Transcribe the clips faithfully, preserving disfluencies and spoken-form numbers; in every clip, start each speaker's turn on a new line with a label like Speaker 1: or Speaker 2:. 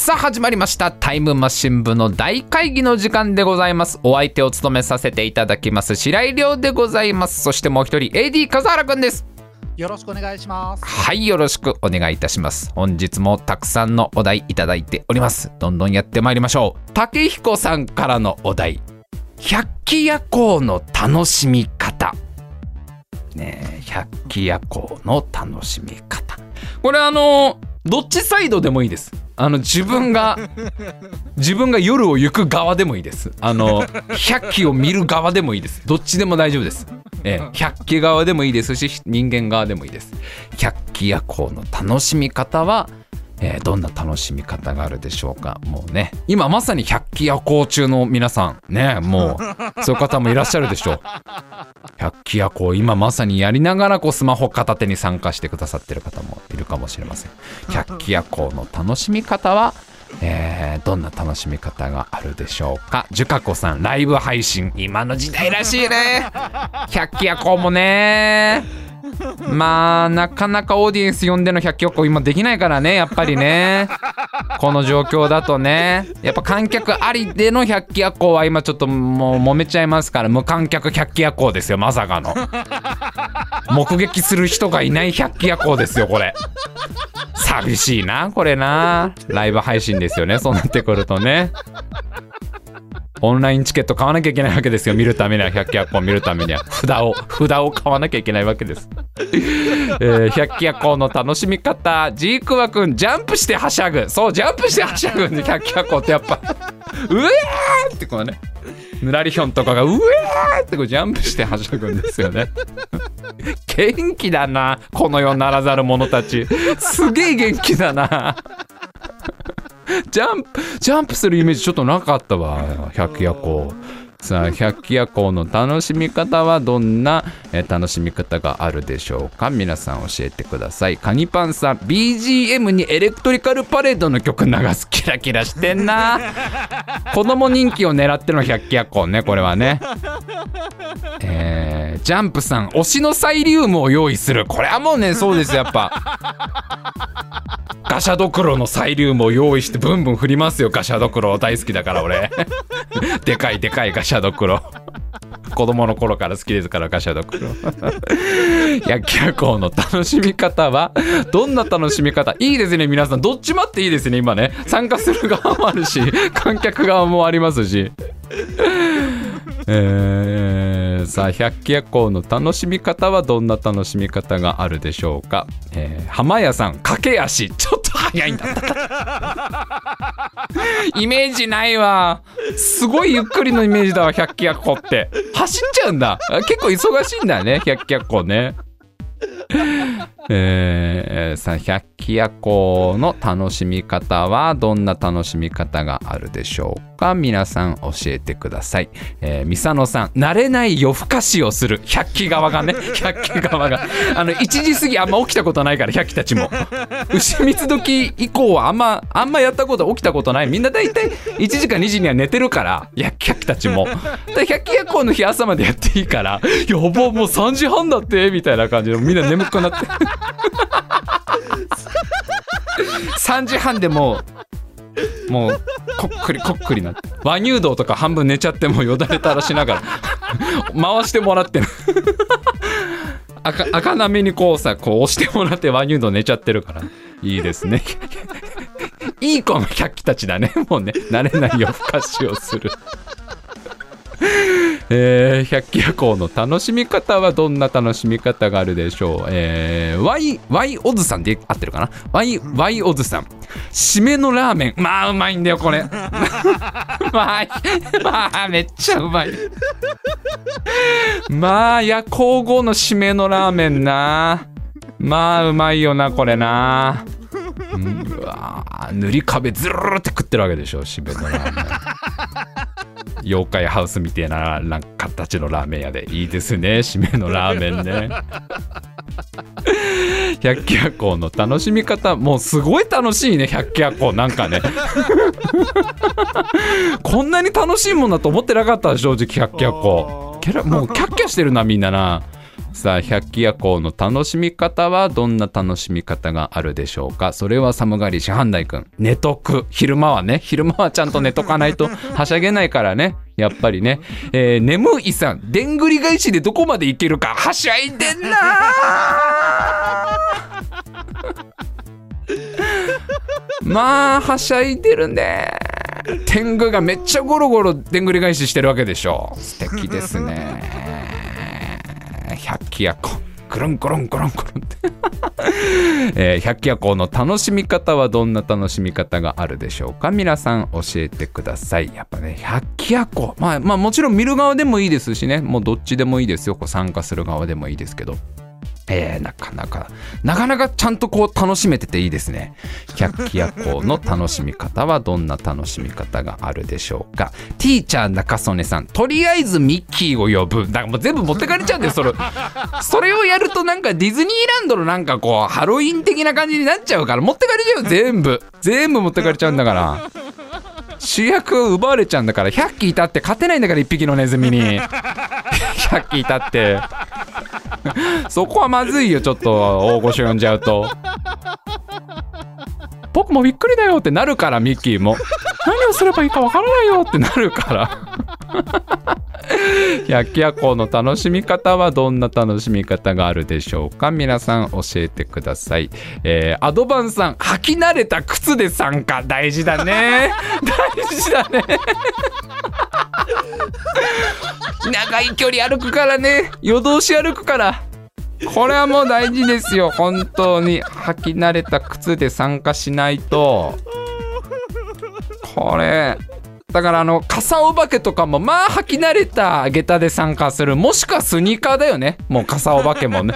Speaker 1: さあ始まりましたタイムマシン部の大会議の時間でございます。お相手を務めさせていただきます白井亮でございます。そしてもう一人 エーディー 笠原くんです。
Speaker 2: よろしくお願いします。
Speaker 1: はい、よろしくお願いいたします。本日もたくさんのお題いただいております。どんどんやってまいりましょう。竹彦さんからのお題、百鬼夜行の楽しみ方ねえ、百鬼夜行の楽しみ方、これあのどっちサイドでもいいです。あの自分が自分が夜を行く側でもいいです。あの百鬼を見る側でもいいです。どっちでも大丈夫です。ええ、百鬼側でもいいですし人間側でもいいです。百鬼夜行の楽しみ方は、えー、どんな楽しみ方があるでしょうか。もうね、今まさに百鬼夜行中の皆さんね、もうそういう方もいらっしゃるでしょう。百鬼夜行今まさにやりながらこうスマホ片手に参加してくださってる方もいるかもしれません。百鬼夜行の楽しみ方は、えー、どんな楽しみ方があるでしょうか。じゅかこさん、ライブ配信今の時代らしいね。百鬼夜行もね、まあなかなかオーディエンス呼んでの百鬼夜行今できないからね、やっぱりね。この状況だとね、やっぱ観客ありでの百鬼夜行は今ちょっともう揉めちゃいますから、無観客百鬼夜行ですよ、まさかの。目撃する人がいない百鬼夜行ですよこれ。寂しいなこれな。ライブ配信ですよね、そうなってくるとね。オンラインチケット買わなきゃいけないわけですよ、見るためには。百鬼夜行見るためには札を札を買わなきゃいけないわけです。えー、百鬼夜行の楽しみ方、ジークワくん、ジャンプしてはしゃぐ。そう、ジャンプしてはしゃぐんで百鬼夜行ってやっぱうえーってこうね、ぬらりひょんとかがうえーってこうジャンプしてはしゃぐんですよね。元気だなこの世ならざる者たち、すげえ元気だな。ジャンプジャンプするイメージちょっとなかったわ、百鬼夜行。さあ、百鬼夜行の楽しみ方はどんなえ楽しみ方があるでしょうか。皆さん教えてください。カニパンさん、 ビージーエム にエレクトリカルパレードの曲流す。キラキラしてんな。子供人気を狙っての百鬼夜行ね、これはね。えー、ジャンプさん、推しのサイリウムを用意する。これはもうね、そうですやっぱガシャドクロのサイリウムを用意してブンブン振りますよ。ガシャドクロ大好きだから俺。でかいでかいガシャドクロ。子供の頃から好きですからガシャドクロ。百鬼夜行の楽しみ方はどんな楽しみ方。いいですね皆さん、どっちもあっていいですね今ね。参加する側もあるし観客側もありますし。えー、さあ、百鬼夜行の楽しみ方はどんな楽しみ方があるでしょうか。えー、浜屋さん、駆け足ちょっと早いんだイメージないわ。すごいゆっくりのイメージだわ百鬼夜行って。走っちゃうんだ。結構忙しいんだね百鬼夜行ね。えー、さあ、百鬼夜行の楽しみ方はどんな楽しみ方があるでしょうか。皆さん教えてください。えー、ミサノさん、慣れない夜更かしをする。百鬼側がね、百鬼側があのいちじ過ぎあんま起きたことないから、百鬼たちも牛三つ時以降はあんまあんまやったこと起きたことない。みんなだいたいいちじかにじには寝てるから、百鬼たちも。百鬼夜行の日朝までやっていいから、やばもうさんじはんだってみたいな感じでみんな眠くなってさんじはんでもうもうこっくりこっくりなって、和乳道とか半分寝ちゃって、もうよだれ垂らしながら回してもらってる赤, 赤なめにこうさ、こう押してもらって和乳道寝ちゃってるから。いいですねいい子の百鬼たちだね。もうね、慣れない夜更かしをするえー、百鬼夜行の楽しみ方はどんな楽しみ方があるでしょう。えー、Y, Y オズさんで合ってるかな。 Y, Y オズさん、締めのラーメン、まあうまいんだよこれまあ、まあめっちゃうまいまあ夜行後の締めのラーメンな、まあうまいよなこれな。うわ、塗り壁ずるるって食ってるわけでしょ締めのラーメン。妖怪ハウスみたいななんか形のラーメン屋でいいですね、締めのラーメンね百鬼夜行の楽しみ方、もうすごい楽しいね百鬼夜行なんかねこんなに楽しいもんだと思ってなかった、正直百鬼夜行。キャラもうキャッキャしてるなみんなな。 さあ百鬼夜行の楽しみ方はどんな楽しみ方があるでしょうか。それは寒がり師範代くん、寝とく。昼間はね、昼間はちゃんと寝とかないとはしゃげないからね、やっぱりね。えー、眠いさん、でんぐり返しでどこまでいけるかはしゃいでんなまあはしゃいでるね。天狗がめっちゃゴロゴロでんぐり返ししてるわけでしょ。素敵ですね。百鬼夜行コロンコロンコロンコロンってえー、百鬼夜行の楽しみ方はどんな楽しみ方があるでしょうか。皆さん教えてください。やっぱね、百鬼夜行、まあまあもちろん見る側でもいいですしね、もうどっちでもいいですよ。こう参加する側でもいいですけど、えー、なかなかなかなかちゃんとこう楽しめてていいですね。百鬼夜行の楽しみ方はどんな楽しみ方があるでしょうか。ティーチャー中曽根さん、とりあえずミッキーを呼ぶ。だからもう全部持ってかれちゃうんだよ。それそれをやるとなんかディズニーランドのなんかこうハロウィン的な感じになっちゃうから、持ってかれちゃうよ。全部全部持ってかれちゃうんだから、主役を奪われちゃうんだから。ひゃっきいたって勝てないんだから、いっぴきのネズミにひゃっきいたってそこはまずいよ。ちょっと大御所呼んじゃうと僕もびっくりだよってなるから、ミッキーも何をすればいいかわからないよってなるから百鬼夜行の楽しみ方はどんな楽しみ方があるでしょうか。皆さん教えてください。えー、アドバンさん、履き慣れた靴で参加。大事だね大事だね長い距離歩くからね、夜通し歩くから、これはもう大事ですよ。本当に履き慣れた靴で参加しないと。これだから、あの傘お化けとかもまあ履き慣れた下駄で参加する、もしくはスニーカーだよね。もう傘お化けもね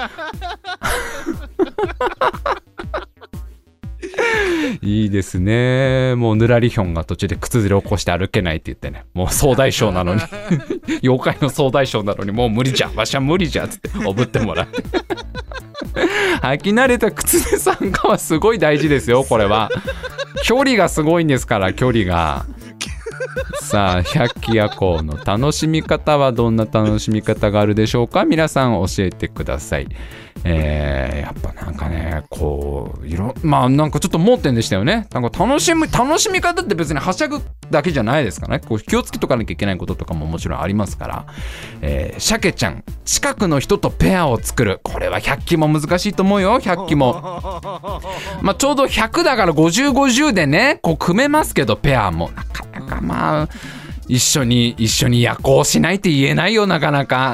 Speaker 1: いいですね。もうぬらりひょんが途中で靴ずれ起こして歩けないって言ってね、もう総大将なのに妖怪の総大将なのにもう無理じゃ、わしは無理じゃっつっておぶってもらって履き慣れた靴で参加はすごい大事ですよ。これは距離がすごいんですから、距離が。さあ百鬼夜行の楽しみ方はどんな楽しみ方があるでしょうか。皆さん教えてください。えー、やっぱなんかね、こういろまあなんかちょっと盲点でしたよね。なんか楽しむ楽しみ方って別にはしゃぐだけじゃないですからね。こう気をつけとかなきゃいけないこととかももちろんありますから。えー、鮭ちゃん、近くの人とペアを作る。これは百鬼も難しいと思うよ。百鬼もまあちょうどひゃくだからごじゅうごじゅうでね、こう組めますけど、ペアもなかなかまあ一緒に一緒に夜行しないって言えないよ、なかなか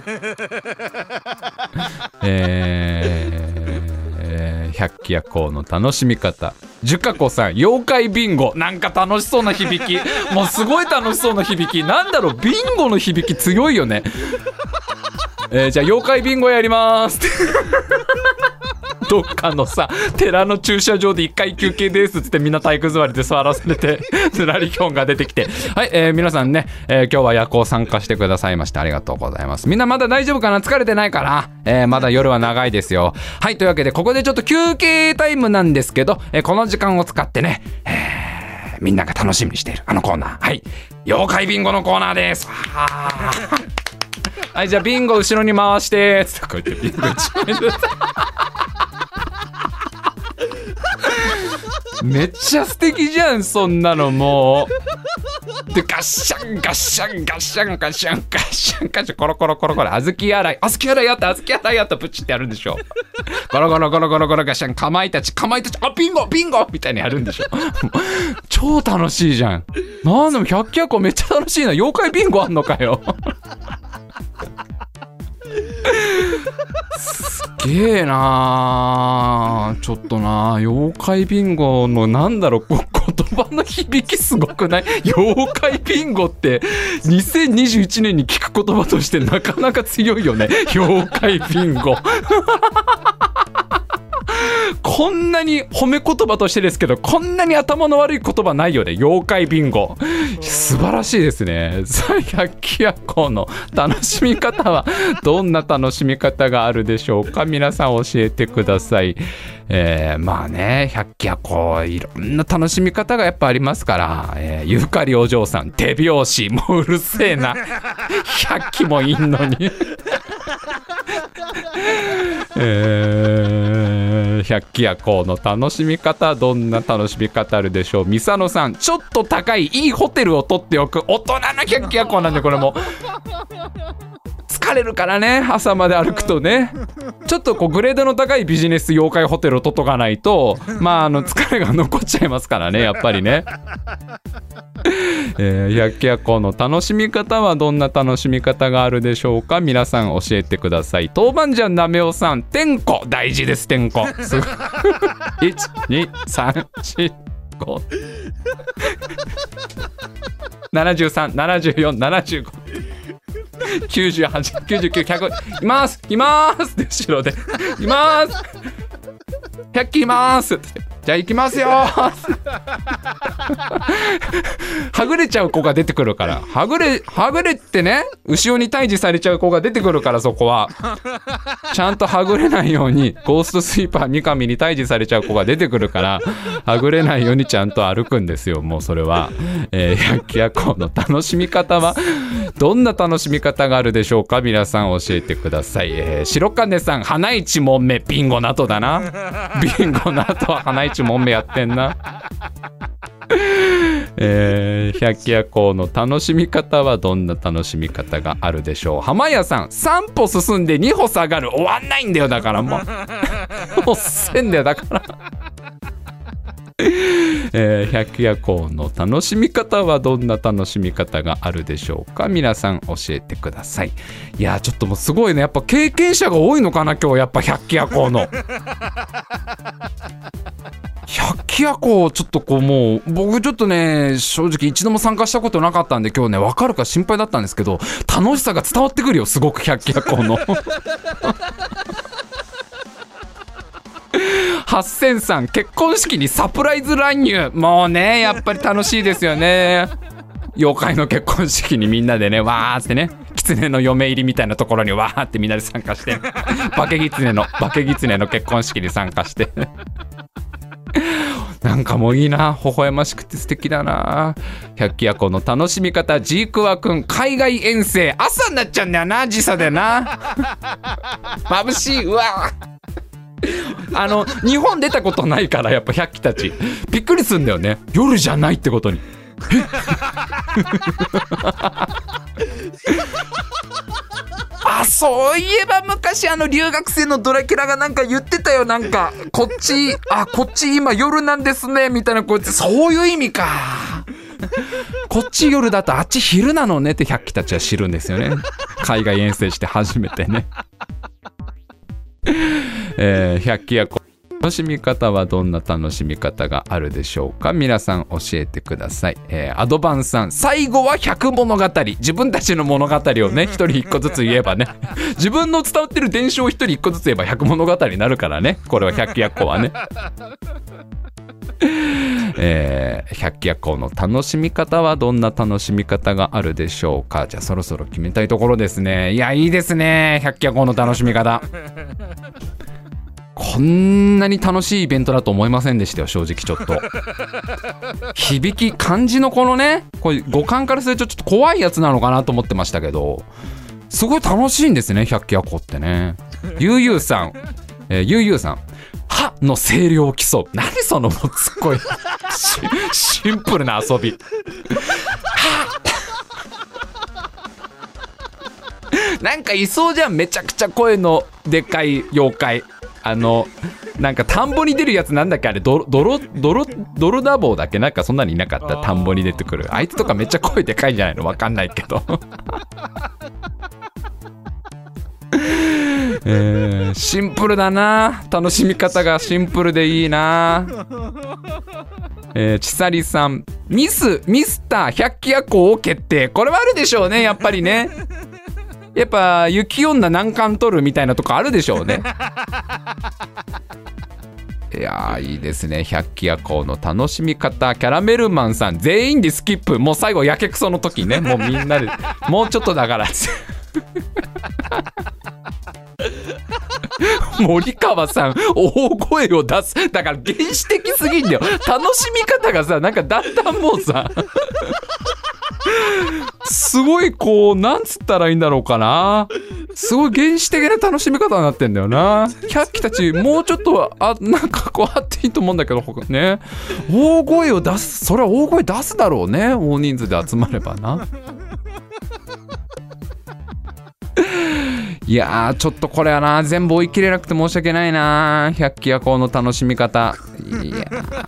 Speaker 1: えー、百鬼夜行の楽しみ方。じゅかこさん、妖怪ビンゴ。なんか楽しそうな響きもうすごい楽しそうな響き。なんだろう、ビンゴの響き強いよねえー、じゃあ妖怪ビンゴやりますどっかのさ寺の駐車場で一回休憩ですっつって、みんな体育座りで座らされてぬらりひょんが出てきて、はい、えー、皆さんね、えー、今日は夜行参加してくださいましてありがとうございます。みんなまだ大丈夫かな、疲れてないかな、えー、まだ夜は長いですよ。はい、というわけでここでちょっと休憩タイムなんですけど、えー、この時間を使ってね、えー、みんなが楽しみにしているあのコーナー、はい、妖怪ビンゴのコーナーです。はい、じゃあビンゴ後ろに回してつって、こうやってビンゴいちまいずつめっちゃ素敵じゃん、そんなの。もうでガッシャンガッシャンガッシャンガッシャンガッシャンガッシャンコロコロコロコロ、小豆洗い小豆洗いやった小豆洗いやったプチってやるんでしょ。ゴロゴロゴロゴロゴロガッシャン、かまいたちかまいたち、あビンゴビンゴみたいにやるんでしょ超楽しいじゃん。なんでも百鬼夜行めっちゃ楽しいな。妖怪ビンゴあんのかよすげえなー。ちょっとな、妖怪ビンゴのなんだろう、言葉の響きすごくない？妖怪ビンゴってにせんにじゅういちねんに聞く言葉としてなかなか強いよね。妖怪ビンゴこんなに褒め言葉としてですけど、こんなに頭の悪い言葉ないよね。妖怪ビンゴ素晴らしいですね。さあ百鬼夜行の楽しみ方はどんな楽しみ方があるでしょうか。皆さん教えてください。えー、まあね、百鬼夜行いろんな楽しみ方がやっぱありますから、えー、ゆかりお嬢さん手拍子、もううるせえな百鬼もいんのにえー、百鬼夜行の楽しみ方、どんな楽しみ方あるでしょう。ミサノさん、ちょっと高いいいホテルを取っておく大人の百鬼夜行なんで、これも疲れるからね、朝まで歩くとね。ちょっとこうグレードの高いビジネス妖怪ホテルを取っとかないと、まああの疲れが残っちゃいますからね、やっぱりね。えー、百鬼夜行の楽しみ方はどんな楽しみ方があるでしょうか。皆さん教えてください。豆板醤なめおさん、天候大事です。天候すごいいちにさんしごななじゅうさん、ななじゅうよん、ななじゅうご、きゅうじゅうはち、きゅうじゅうきゅう、ひゃく、いますいますって後ろでいますひゃっきいますってじゃあ行きますよはぐれちゃう子が出てくるから、はぐれはぐれってね、後ろに退治されちゃう子が出てくるから、そこはちゃんとはぐれないように、ゴーストスイーパー三上に退治されちゃう子が出てくるから、はぐれないようにちゃんと歩くんですよ。もうそれは、えー、百鬼夜行の楽しみ方はどんな楽しみ方があるでしょうか。皆さん教えてください。えー、白金さん、花一問目ビンゴの後だな。ビンゴの後は花一問目やってんな。えー、百鬼夜行の楽しみ方はどんな楽しみ方があるでしょう。浜谷さん、さん歩進んでに歩下がる、終わんないんだよ、だからもう遅いんだよ、だからえー、百鬼夜行の楽しみ方はどんな楽しみ方があるでしょうか。皆さん教えてください。いやー、ちょっともうすごいね、やっぱ経験者が多いのかな今日、やっぱ百鬼夜行の百鬼夜行、ちょっとこう、もう僕ちょっとね、正直一度も参加したことなかったんで、今日ね分かるか心配だったんですけど、楽しさが伝わってくるよ、すごく百鬼夜行のはっせんさん、結婚式にサプライズ乱入、もうねやっぱり楽しいですよね。妖怪の結婚式にみんなでね、わーってね、狐の嫁入りみたいなところにわーってみんなで参加して化け狐の化け狐の結婚式に参加してなんかもういいな、微笑ましくて素敵だな。百鬼夜行の楽しみ方、ジークワくん、海外遠征朝になっちゃうんだよな、時差でな眩しい、うわあの日本出たことないから、やっぱ百鬼たちびっくりするんだよね、夜じゃないってことにあ、そういえば昔あの留学生のドラキュラがなんか言ってたよ、なんかこっち、あ、こっち今夜なんですねみたいな、こうやって、そういう意味かこっち夜だとあっち昼なのねって百鬼たちは知るんですよね、海外遠征して初めてねえー、百鬼夜行楽しみ方はどんな楽しみ方があるでしょうか。皆さん教えてください。えー、アドバンさん、最後は百物語、自分たちの物語をね一人一個ずつ言えばね自分の伝わってる伝承を一人一個ずつ言えば百物語になるからね、これは百鬼夜行はねえー、百鬼夜行の楽しみ方はどんな楽しみ方があるでしょうか。じゃあそろそろ決めたいところですね。いや、いいですね、百鬼夜行の楽しみ方こんなに楽しいイベントだと思いませんでしたよ、正直。ちょっと響き、漢字のこのね、これ五感からするとちょっと怖いやつなのかなと思ってましたけど、すごい楽しいんですね、百鬼夜行ってね。ゆうゆうさん、えー、ゆうゆうさん、歯の声量を競う、何そのもうすっごいシンプルな遊びなんかいそうじゃん、めちゃくちゃ声のでかい妖怪。あのなんか田んぼに出るやつ、なんだっけあれ、ドロドロドロドロダボーだっけ、なんかそんなにいなかった、田んぼに出てくるあいつとかめっちゃ声でかいんじゃないの、わかんないけどえー、シンプルだな、楽しみ方がシンプルでいいな。えー、ちさりさん、ミスミスター百鬼夜行を決定、これはあるでしょうね、やっぱりね。やっぱ雪女難関取るみたいなとこあるでしょうねいやー、いいですね、百鬼夜行の楽しみ方。キャラメルマンさん、全員でスキップ、もう最後やけくその時ね、もうみんなでもうちょっとだから森川さん、大声を出す、だから原始的すぎんだよ、楽しみ方がさ、なんかだんだんもうさすごいこう、なんつったらいいんだろうかな、 すごい原始的な楽しみ方になってんだよな。百鬼たちもうちょっとあなんかこうあっていいと思うんだけどね。大声を出す、それは大声出すだろうね、大人数で集まればな。いやーちょっとこれはな、全部追い切れなくて申し訳ないな。百鬼夜行の楽しみ方、いや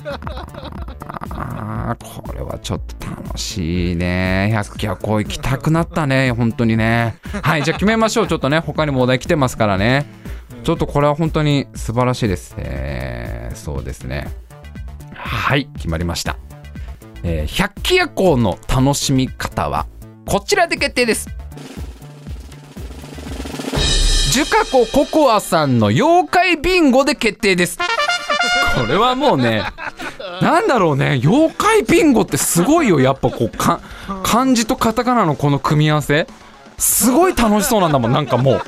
Speaker 1: ーこれはちょっと楽しいね。百鬼夜行行きたくなったね、本当にね。はい、じゃあ決めましょう。ちょっとね、他にもお題来てますからね。ちょっとこれは本当に素晴らしいです。えー、そうですね。はい、決まりました。えー、百鬼夜行の楽しみ方はこちらで決定です。ジュカコココアさんの妖怪ビンゴで決定です。これはもうね、なんだろうね、妖怪ビンゴってすごいよ。やっぱこうか漢字とカタカナのこの組み合わせすごい楽しそうなんだもん。なんかもう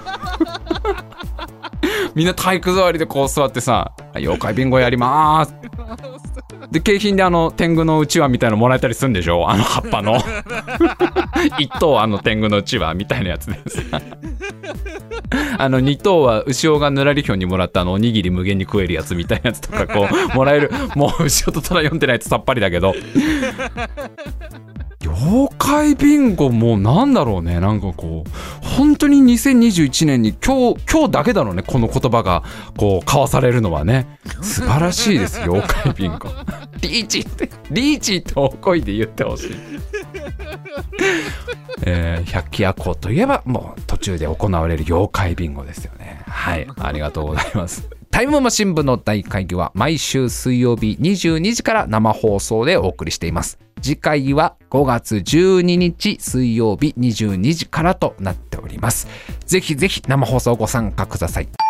Speaker 1: みんな体育座りでこう座ってさ、妖怪ビンゴやりまーすで、景品であの天狗のうちわみたいなのもらえたりするんでしょ、あの葉っぱの一等あの天狗のうちわみたいなやつでさあの二等は牛尾がぬらりひょんにもらったあのおにぎり無限に食えるやつみたいなやつとかこうもらえる。もう牛尾と虎読んでないとさっぱりだけど妖怪ビンゴもなんだろうね、なんかこう本当ににせんにじゅういちねんに今日今日だけだろうね、この言葉がこう交わされるのはね。素晴らしいです妖怪ビンゴ。リーチってリーチって大声で言ってほしい。えー、百鬼夜行といえばもう途中で行われる妖怪ビンゴですよね。はい、ありがとうございます。タイムマシン部の大会議は毎週水曜日にじゅうにじから生放送でお送りしています。次回はごがつじゅうににち水曜日にじゅうにじからとなっております。ぜひぜひ生放送ご参加ください。